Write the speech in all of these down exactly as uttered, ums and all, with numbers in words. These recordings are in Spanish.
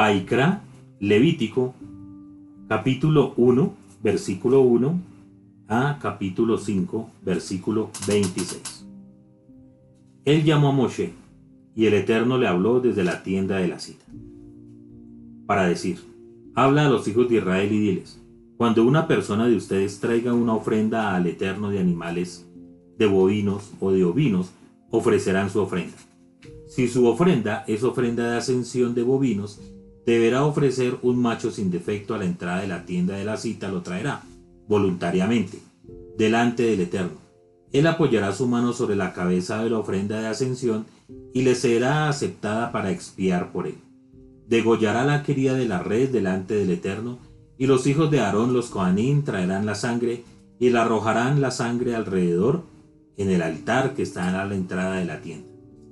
Vaikra, Levítico, capítulo uno, versículo uno a capítulo cinco, versículo veintiséis. Él llamó a Moshe, y el Eterno le habló desde la tienda de la cita, para decir: habla a los hijos de Israel y diles: cuando una persona de ustedes traiga una ofrenda al Eterno de animales, de bovinos o de ovinos, ofrecerán su ofrenda. Si su ofrenda es ofrenda de ascensión de bovinos, deberá ofrecer un macho sin defecto a la entrada de la tienda de la cita. Lo traerá voluntariamente delante del Eterno. Él apoyará su mano sobre la cabeza de la ofrenda de ascensión y le será aceptada para expiar por él. Degollará la cría de la red delante del Eterno, y los hijos de Aarón, los Cohanim, traerán la sangre y la arrojarán la sangre alrededor en el altar que está a la entrada de la tienda.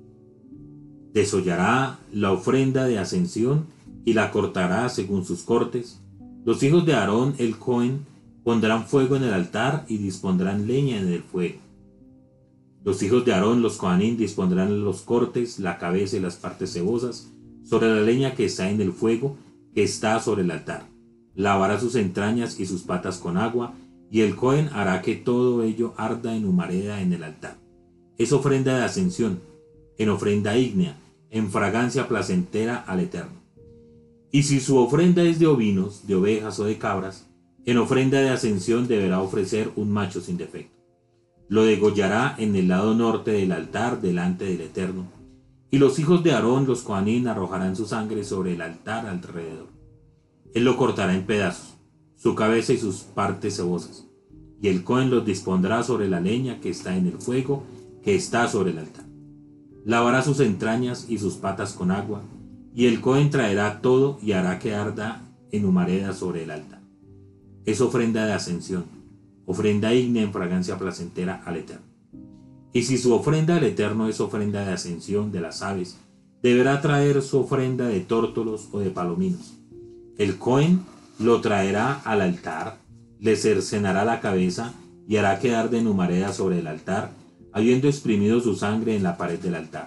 Desollará la ofrenda de ascensión y la cortará según sus cortes. Los hijos de Aarón, el Cohen, pondrán fuego en el altar y dispondrán leña en el fuego. Los hijos de Aarón, los Cohanim, dispondrán los cortes, la cabeza y las partes cebosas sobre la leña que está en el fuego que está sobre el altar. Lavará sus entrañas y sus patas con agua, y el Cohen hará que todo ello arda en humareda en el altar. Es ofrenda de ascensión, en ofrenda ígnea, en fragancia placentera al Eterno. Y si su ofrenda es de ovinos, de ovejas o de cabras, en ofrenda de ascensión deberá ofrecer un macho sin defecto. Lo degollará en el lado norte del altar delante del Eterno, y los hijos de Aarón, los Cohanim, arrojarán su sangre sobre el altar alrededor. Él lo cortará en pedazos, su cabeza y sus partes cebosas, y el Cohen los dispondrá sobre la leña que está en el fuego que está sobre el altar. Lavará sus entrañas y sus patas con agua, y el Cohen traerá todo y hará que arda en humareda sobre el altar. Es ofrenda de ascensión, ofrenda ígnea en fragancia placentera al Eterno. Y si su ofrenda al Eterno es ofrenda de ascensión de las aves, deberá traer su ofrenda de tórtolos o de palominos. El Cohen lo traerá al altar, le cercenará la cabeza y hará que arde en humareda sobre el altar, habiendo exprimido su sangre en la pared del altar.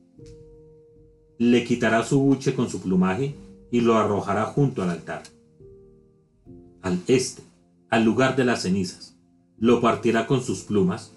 Le quitará su buche con su plumaje y lo arrojará junto al altar, al este, al lugar de las cenizas. Lo partirá con sus plumas,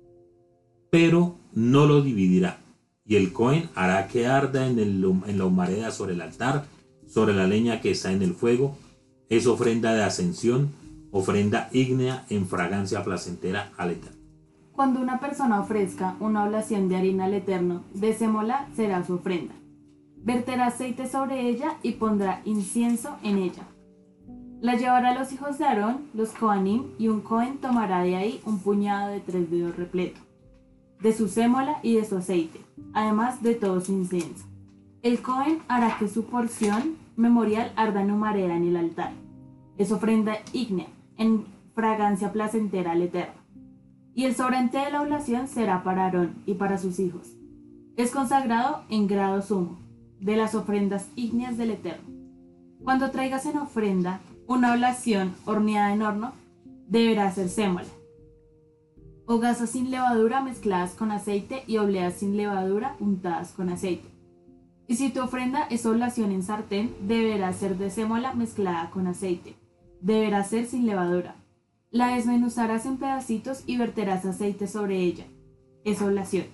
pero no lo dividirá, y el Cohen hará que arda en, el, en la humareda sobre el altar, sobre la leña que está en el fuego. Es ofrenda de ascensión, ofrenda ígnea en fragancia placentera al Eterno. Cuando una persona ofrezca una oblación de harina al Eterno, de sémola será su ofrenda. Verterá aceite sobre ella y pondrá incienso en ella. La llevará a los hijos de Aarón, los Cohanim, y un Cohen tomará de ahí un puñado de tres dedos repleto, de su sémola y de su aceite, además de todo su incienso. El Cohen hará que su porción memorial arda en humareda en el altar. Es ofrenda ígnea, en fragancia placentera al Eterno. Y el sobrante de la oblación será para Aarón y para sus hijos. Es consagrado en grado sumo, de las ofrendas ígneas del Eterno. Cuando traigas en ofrenda una oblación horneada en horno, deberá ser sémola, hogazas sin levadura mezcladas con aceite y obleas sin levadura untadas con aceite. Y si tu ofrenda es oblación en sartén, deberá ser de sémola mezclada con aceite. Deberá ser sin levadura. La desmenuzarás en pedacitos y verterás aceite sobre ella. Es oblación.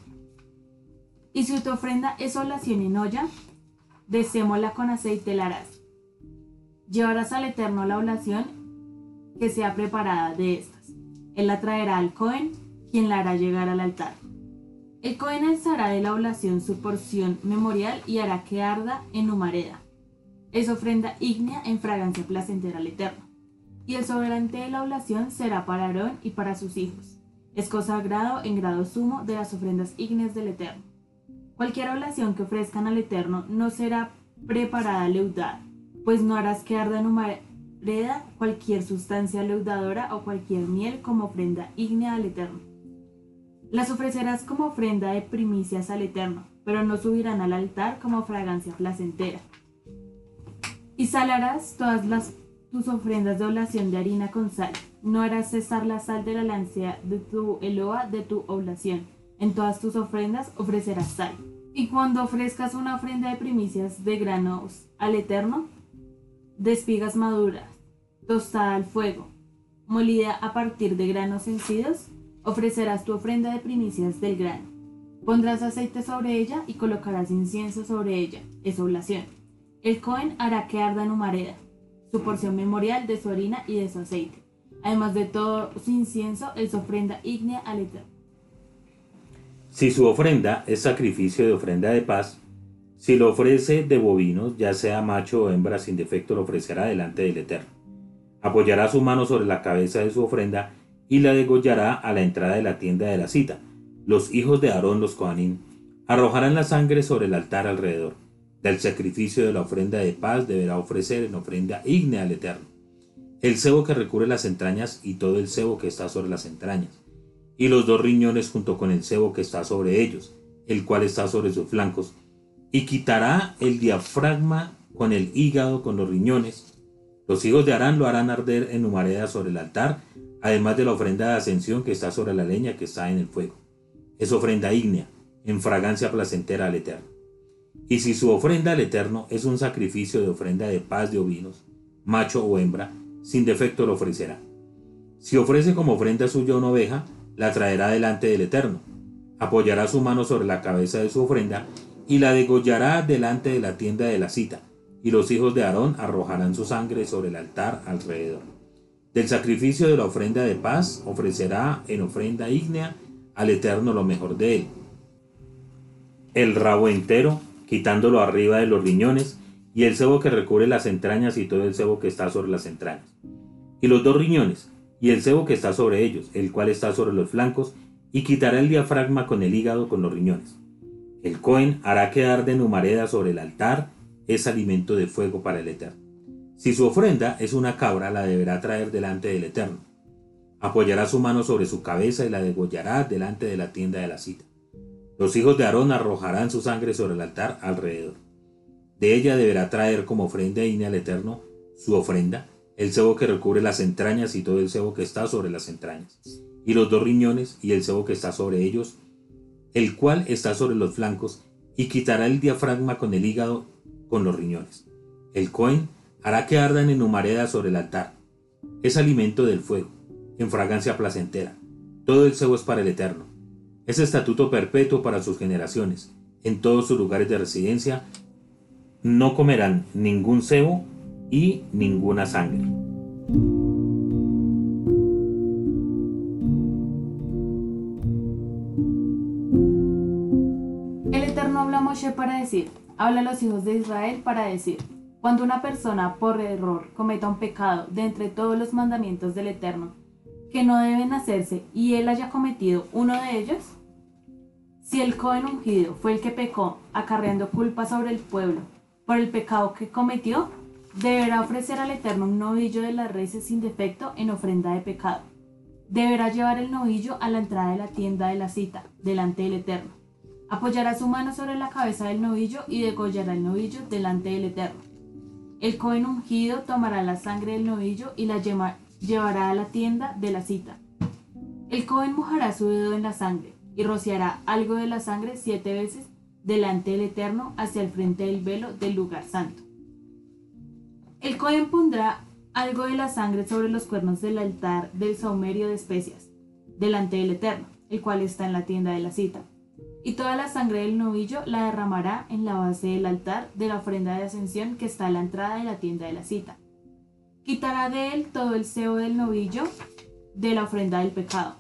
Y si tu ofrenda es oblación en olla, de sémola con aceite la harás. Llevarás al Eterno la oblación que sea preparada de estas. Él la traerá al Cohen, quien la hará llegar al altar. El Cohen alzará de la oblación su porción memorial y hará que arda en humareda. Es ofrenda ígnea en fragancia placentera al Eterno. Y el sobrante de la oblación será para Aarón y para sus hijos. Es consagrado en grado sumo de las ofrendas ígneas del Eterno. Cualquier oblación que ofrezcan al Eterno no será preparada leudada, pues no harás que arda en humareda cualquier sustancia leudadora o cualquier miel como ofrenda ígnea al Eterno. Las ofrecerás como ofrenda de primicias al Eterno, pero no subirán al altar como fragancia placentera. Y salarás todas las, tus ofrendas de oblación de harina con sal. No harás cesar la sal de la lancea de tu eloa de tu oblación. En todas tus ofrendas ofrecerás sal. Y cuando ofrezcas una ofrenda de primicias de granos al Eterno, de espigas maduras, tostada al fuego, molida a partir de granos vencidos, ofrecerás tu ofrenda de primicias del grano. Pondrás aceite sobre ella y colocarás incienso sobre ella, es oblación. El Cohen hará que arda en humareda, su porción memorial de su harina y de su aceite. Además de todo su incienso, es ofrenda ígnea al Eterno. Si su ofrenda es sacrificio de ofrenda de paz, si lo ofrece de bovinos, ya sea macho o hembra, sin defecto lo ofrecerá delante del Eterno. Apoyará su mano sobre la cabeza de su ofrenda y la degollará a la entrada de la tienda de la cita. Los hijos de Aarón, los Cohanim, arrojarán la sangre sobre el altar alrededor. Del sacrificio de la ofrenda de paz deberá ofrecer en ofrenda ígnea al Eterno el sebo que recubre las entrañas y todo el sebo que está sobre las entrañas, y los dos riñones junto con el sebo que está sobre ellos, el cual está sobre sus flancos, y quitará el diafragma con el hígado con los riñones. Los hijos de Aarón lo harán arder en humareda sobre el altar, además de la ofrenda de ascensión que está sobre la leña que está en el fuego. Es ofrenda ígnea, en fragancia placentera al Eterno. Y si su ofrenda al Eterno es un sacrificio de ofrenda de paz de ovinos, macho o hembra, sin defecto lo ofrecerá. Si ofrece como ofrenda suya una oveja, la traerá delante del Eterno. Apoyará su mano sobre la cabeza de su ofrenda y la degollará delante de la tienda de la cita, y los hijos de Aarón arrojarán su sangre sobre el altar alrededor. Del sacrificio de la ofrenda de paz ofrecerá en ofrenda ígnea al Eterno lo mejor de él: el rabo entero, quitándolo arriba de los riñones, y el sebo que recubre las entrañas y todo el sebo que está sobre las entrañas, y los dos riñones, y el sebo que está sobre ellos, el cual está sobre los flancos, y quitará el diafragma con el hígado con los riñones. El Cohen hará que arde en humareda sobre el altar, es alimento de fuego para el Eterno. Si su ofrenda es una cabra, la deberá traer delante del Eterno. Apoyará su mano sobre su cabeza y la degollará delante de la tienda de la cita. Los hijos de Aarón arrojarán su sangre sobre el altar alrededor. De ella deberá traer como ofrenda ígnea al Eterno su ofrenda, el sebo que recubre las entrañas y todo el sebo que está sobre las entrañas, y los dos riñones y el sebo que está sobre ellos, el cual está sobre los flancos, y quitará el diafragma con el hígado con los riñones. El Cohen hará que ardan en humareda sobre el altar. Es alimento del fuego, en fragancia placentera. Todo el sebo es para el Eterno. Es estatuto perpetuo para sus generaciones. En todos sus lugares de residencia no comerán ningún sebo y ninguna sangre. El Eterno habla a Moshe para decir, habla a los hijos de Israel para decir, cuando una persona por error cometa un pecado de entre todos los mandamientos del Eterno que no deben hacerse y él haya cometido uno de ellos, si el Cohen ungido fue el que pecó acarreando culpa sobre el pueblo por el pecado que cometió, deberá ofrecer al Eterno un novillo de las reses sin defecto en ofrenda de pecado. Deberá llevar el novillo a la entrada de la tienda de la cita, delante del Eterno. Apoyará su mano sobre la cabeza del novillo y degollará el novillo delante del Eterno. El Cohen ungido tomará la sangre del novillo y la lleva, llevará a la tienda de la cita. El Cohen mojará su dedo en la sangre y rociará algo de la sangre siete veces delante del Eterno hacia el frente del velo del lugar santo. El Cohen pondrá algo de la sangre sobre los cuernos del altar del saumerio de especias, delante del Eterno, el cual está en la tienda de la cita. Y toda la sangre del novillo la derramará en la base del altar de la ofrenda de ascensión que está a la entrada de la tienda de la cita. Quitará de él todo el sebo del novillo de la ofrenda del pecado,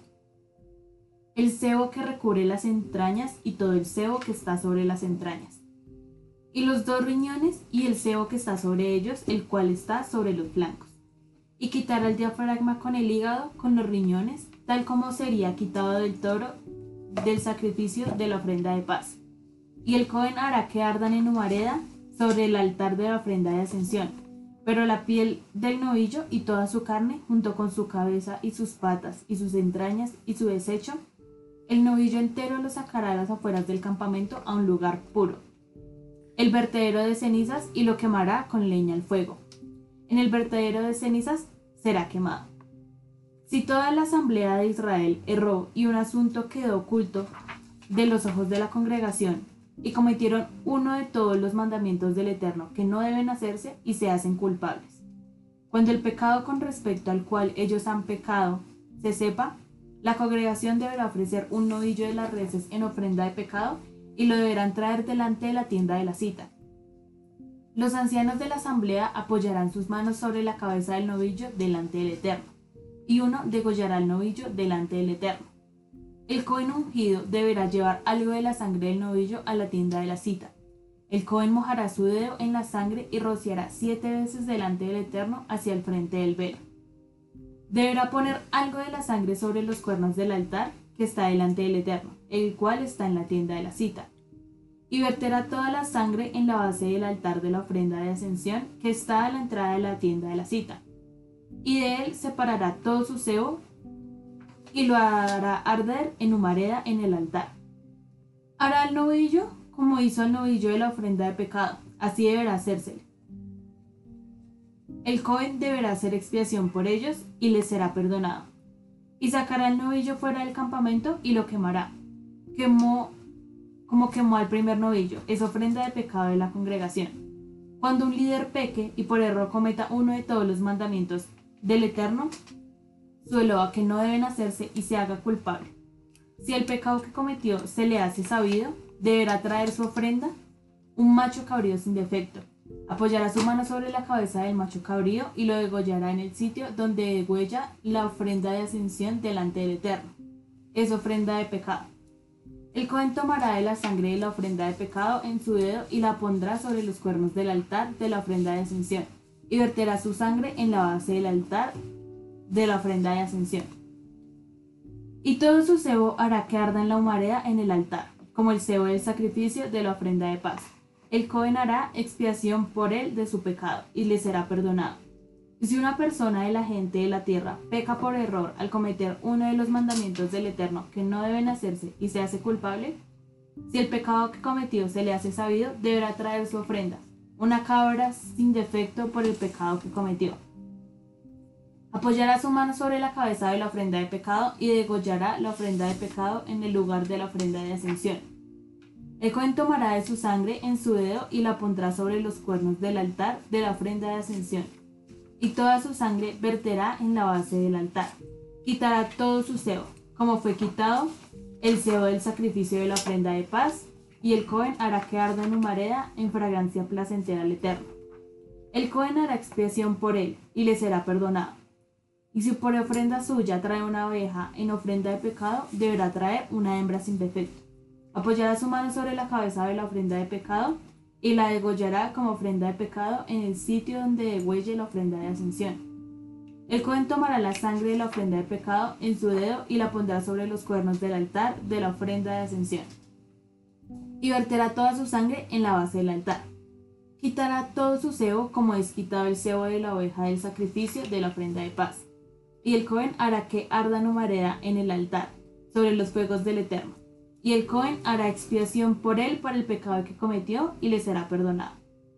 el sebo que recubre las entrañas y todo el sebo que está sobre las entrañas, y los dos riñones y el sebo que está sobre ellos, el cual está sobre los flancos. Y quitará el diafragma con el hígado, con los riñones, tal como sería quitado del toro del sacrificio de la ofrenda de paz. Y el Cohen hará que ardan en humareda sobre el altar de la ofrenda de ascensión, pero la piel del novillo y toda su carne, junto con su cabeza y sus patas y sus entrañas y su desecho, el novillo entero lo sacará a las afueras del campamento a un lugar puro, el vertedero de cenizas, y lo quemará con leña al fuego. En el vertedero de cenizas será quemado. Si toda la asamblea de Israel erró y un asunto quedó oculto de los ojos de la congregación, y cometieron uno de todos los mandamientos del Eterno que no deben hacerse y se hacen culpables. Cuando el pecado con respecto al cual ellos han pecado se sepa, la congregación deberá ofrecer un novillo de las reses en ofrenda de pecado y lo deberán traer delante de la tienda de la cita. Los ancianos de la asamblea apoyarán sus manos sobre la cabeza del novillo delante del Eterno, y uno degollará el novillo delante del Eterno. El cohen ungido deberá llevar algo de la sangre del novillo a la tienda de la cita. El cohen mojará su dedo en la sangre y rociará siete veces delante del Eterno hacia el frente del velo. Deberá poner algo de la sangre sobre los cuernos del altar que está delante del Eterno, el cual está en la tienda de la cita, y verterá toda la sangre en la base del altar de la ofrenda de ascensión que está a la entrada de la tienda de la cita, y de él separará todo su sebo y lo hará arder en humareda en el altar. Hará el novillo como hizo el novillo de la ofrenda de pecado, así deberá hacérsele. El cohen deberá hacer expiación por ellos y les será perdonado. Y sacará el novillo fuera del campamento y lo quemará, quemó, como quemó al primer novillo, es ofrenda de pecado de la congregación. Cuando un líder peque y por error cometa uno de todos los mandamientos del Eterno, suelo a que no deben hacerse y se haga culpable. Si el pecado que cometió se le hace sabido, deberá traer su ofrenda, un macho cabrío sin defecto. Apoyará su mano sobre la cabeza del macho cabrío y lo degollará en el sitio donde degüella la ofrenda de ascensión delante del Eterno. Es ofrenda de pecado. El cohen tomará de la sangre de la ofrenda de pecado en su dedo y la pondrá sobre los cuernos del altar de la ofrenda de ascensión, y verterá su sangre en la base del altar de la ofrenda de ascensión. Y todo su sebo hará que arda en la humareda en el altar, como el sebo del sacrificio de la ofrenda de paz. El cohen hará expiación por él de su pecado, y le será perdonado. Y si una persona de la gente de la tierra peca por error al cometer uno de los mandamientos del Eterno que no deben hacerse y se hace culpable, si el pecado que cometió se le hace sabido, deberá traer su ofrenda, una cabra sin defecto por el pecado que cometió. Apoyará su mano sobre la cabeza de la ofrenda de pecado y degollará la ofrenda de pecado en el lugar de la ofrenda de ascensión. El cohen tomará de su sangre en su dedo y la pondrá sobre los cuernos del altar de la ofrenda de ascensión, y toda su sangre verterá en la base del altar. Quitará todo su sebo, como fue quitado el sebo del sacrificio de la ofrenda de paz, y el cohen hará que arda en humareda en fragancia placentera al Eterno. El cohen hará expiación por él, y le será perdonado. Y si por ofrenda suya trae una oveja en ofrenda de pecado, deberá traer una hembra sin defecto. Apoyará su mano sobre la cabeza de la ofrenda de pecado y la degollará como ofrenda de pecado en el sitio donde degüelle la ofrenda de ascensión. El cohen tomará la sangre de la ofrenda de pecado en su dedo y la pondrá sobre los cuernos del altar de la ofrenda de ascensión, y verterá toda su sangre en la base del altar. Quitará todo su sebo como es quitado el sebo de la oveja del sacrificio de la ofrenda de paz. Y el cohen hará que arda en humareda en el altar, sobre los fuegos del Eterno. Y el cohen hará expiación por él por el pecado que cometió y le será perdonado.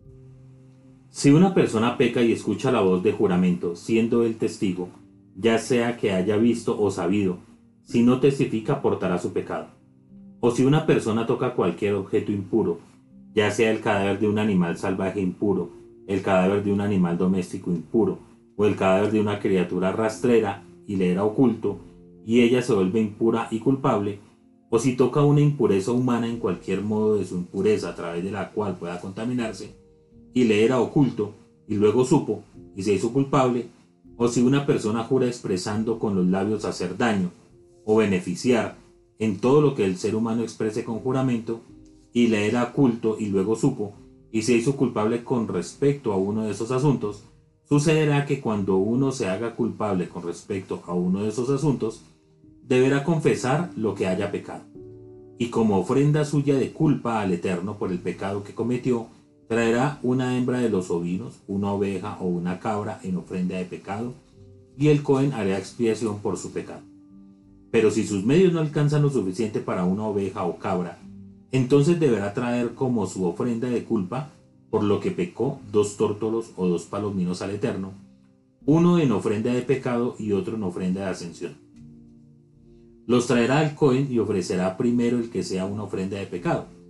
Si una persona peca y escucha la voz de juramento, siendo él testigo, ya sea que haya visto o sabido, si no testifica portará su pecado. O si una persona toca cualquier objeto impuro, ya sea el cadáver de un animal salvaje impuro, el cadáver de un animal doméstico impuro, o el cadáver de una criatura rastrera y le era oculto, y ella se vuelve impura y culpable, o si toca una impureza humana en cualquier modo de su impureza a través de la cual pueda contaminarse, y le era oculto, y luego supo, y se hizo culpable, o si una persona jura expresando con los labios hacer daño, o beneficiar, en todo lo que el ser humano exprese con juramento, y le era oculto y luego supo, y se hizo culpable con respecto a uno de esos asuntos, sucederá que cuando uno se haga culpable con respecto a uno de esos asuntos, deberá confesar lo que haya pecado, y como ofrenda suya de culpa al Eterno por el pecado que cometió, traerá una hembra de los ovinos, una oveja o una cabra en ofrenda de pecado, y el cohen hará expiación por su pecado. Pero si sus medios no alcanzan lo suficiente para una oveja o cabra, entonces deberá traer como su ofrenda de culpa, por lo que pecó, dos tórtolos o dos palominos al Eterno, uno en ofrenda de pecado y otro en ofrenda de ascensión. Los traerá al cohen y ofrecerá primero el que sea una ofrenda de pecado.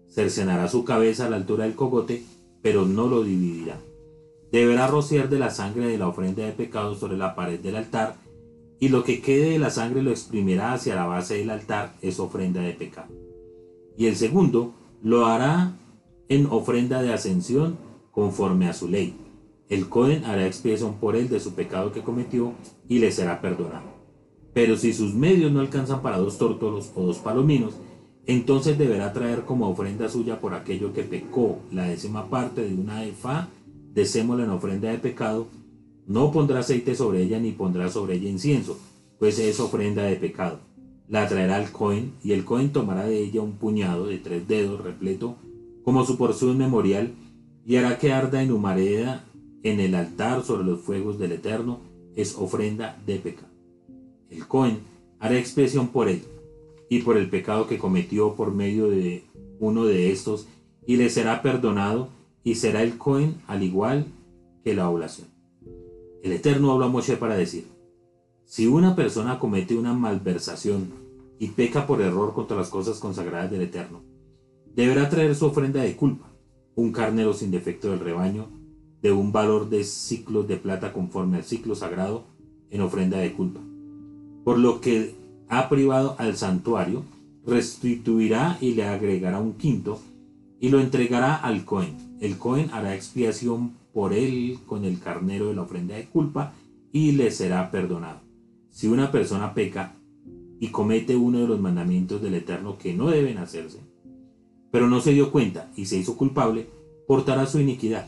cercenará su cabeza a la altura del cogote, pero no lo dividirá. Deberá rociar de la sangre de la ofrenda de pecado sobre la pared del altar, y lo que quede de la sangre lo exprimirá hacia la base del altar, es ofrenda de pecado. Y el segundo lo hará en ofrenda de ascensión conforme a su ley. El Cohen hará expiación por él de su pecado que cometió y le será perdonado. Pero si sus medios no alcanzan para dos tórtolos o dos palominos, entonces deberá traer como ofrenda suya por aquello que pecó la décima parte de una efá de sémola en ofrenda de pecado. No pondrá aceite sobre ella ni pondrá sobre ella incienso, pues es ofrenda de pecado. La traerá al Cohen, y el Cohen tomará de ella un puñado de tres dedos repleto como su porción memorial, y hará que arda en humareda en el altar sobre los fuegos del Eterno, es ofrenda de pecado. El Cohen hará expiación por él y por el pecado que cometió por medio de uno de estos, y le será perdonado, y será el Cohen al igual que la oblación. El Eterno habló a Moshe para decir: si una persona comete una malversación y peca por error contra las cosas consagradas del Eterno, deberá traer su ofrenda de culpa, un carnero sin defecto del rebaño, de un valor de siclos de plata conforme al ciclo sagrado, en ofrenda de culpa. Por lo que ha privado al santuario, restituirá y le agregará un quinto, y lo entregará al Cohen. El Cohen hará expiación por él con el carnero de la ofrenda de culpa, y le será perdonado. Si una persona peca y comete uno de los mandamientos del Eterno que no deben hacerse, pero no se dio cuenta y se hizo culpable, portará su iniquidad.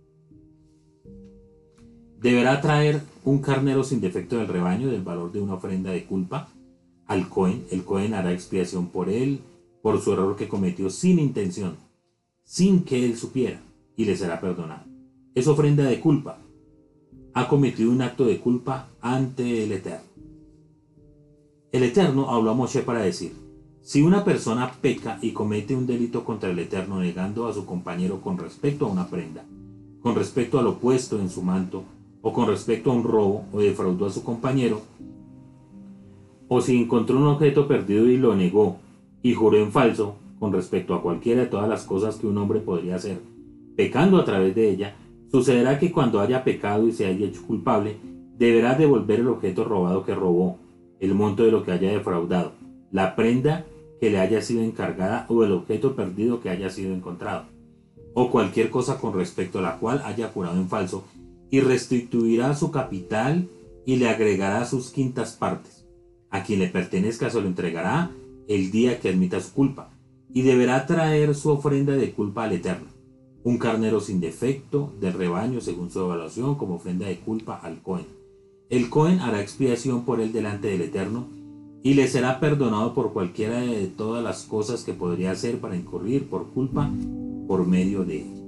Deberá traer un carnero sin defecto del rebaño del valor de una ofrenda de culpa al Cohen. El Cohen hará expiación por él, por su error que cometió sin intención, sin que él supiera, y le será perdonado. Es ofrenda de culpa. Ha cometido un acto de culpa ante el Eterno. El Eterno habló a Moshe para decir: si una persona peca y comete un delito contra el Eterno, negando a su compañero con respecto a una prenda, con respecto a lo puesto en su manto, o con respecto a un robo, o defraudó a su compañero, o si encontró un objeto perdido y lo negó, y juró en falso con respecto a cualquiera de todas las cosas que un hombre podría hacer, pecando a través de ella, sucederá que cuando haya pecado y se haya hecho culpable, deberá devolver el objeto robado que robó, el monto de lo que haya defraudado, la prenda que le haya sido encargada o el objeto perdido que haya sido encontrado, o cualquier cosa con respecto a la cual haya jurado en falso, y restituirá su capital y le agregará sus quintas partes. A quien le pertenezca se lo entregará el día que admita su culpa, y deberá traer su ofrenda de culpa al Eterno, un carnero sin defecto del rebaño según su evaluación como ofrenda de culpa al Cohen. El Cohen hará expiación por él delante del Eterno, y le será perdonado por cualquiera de todas las cosas que podría hacer para incurrir por culpa por medio de él.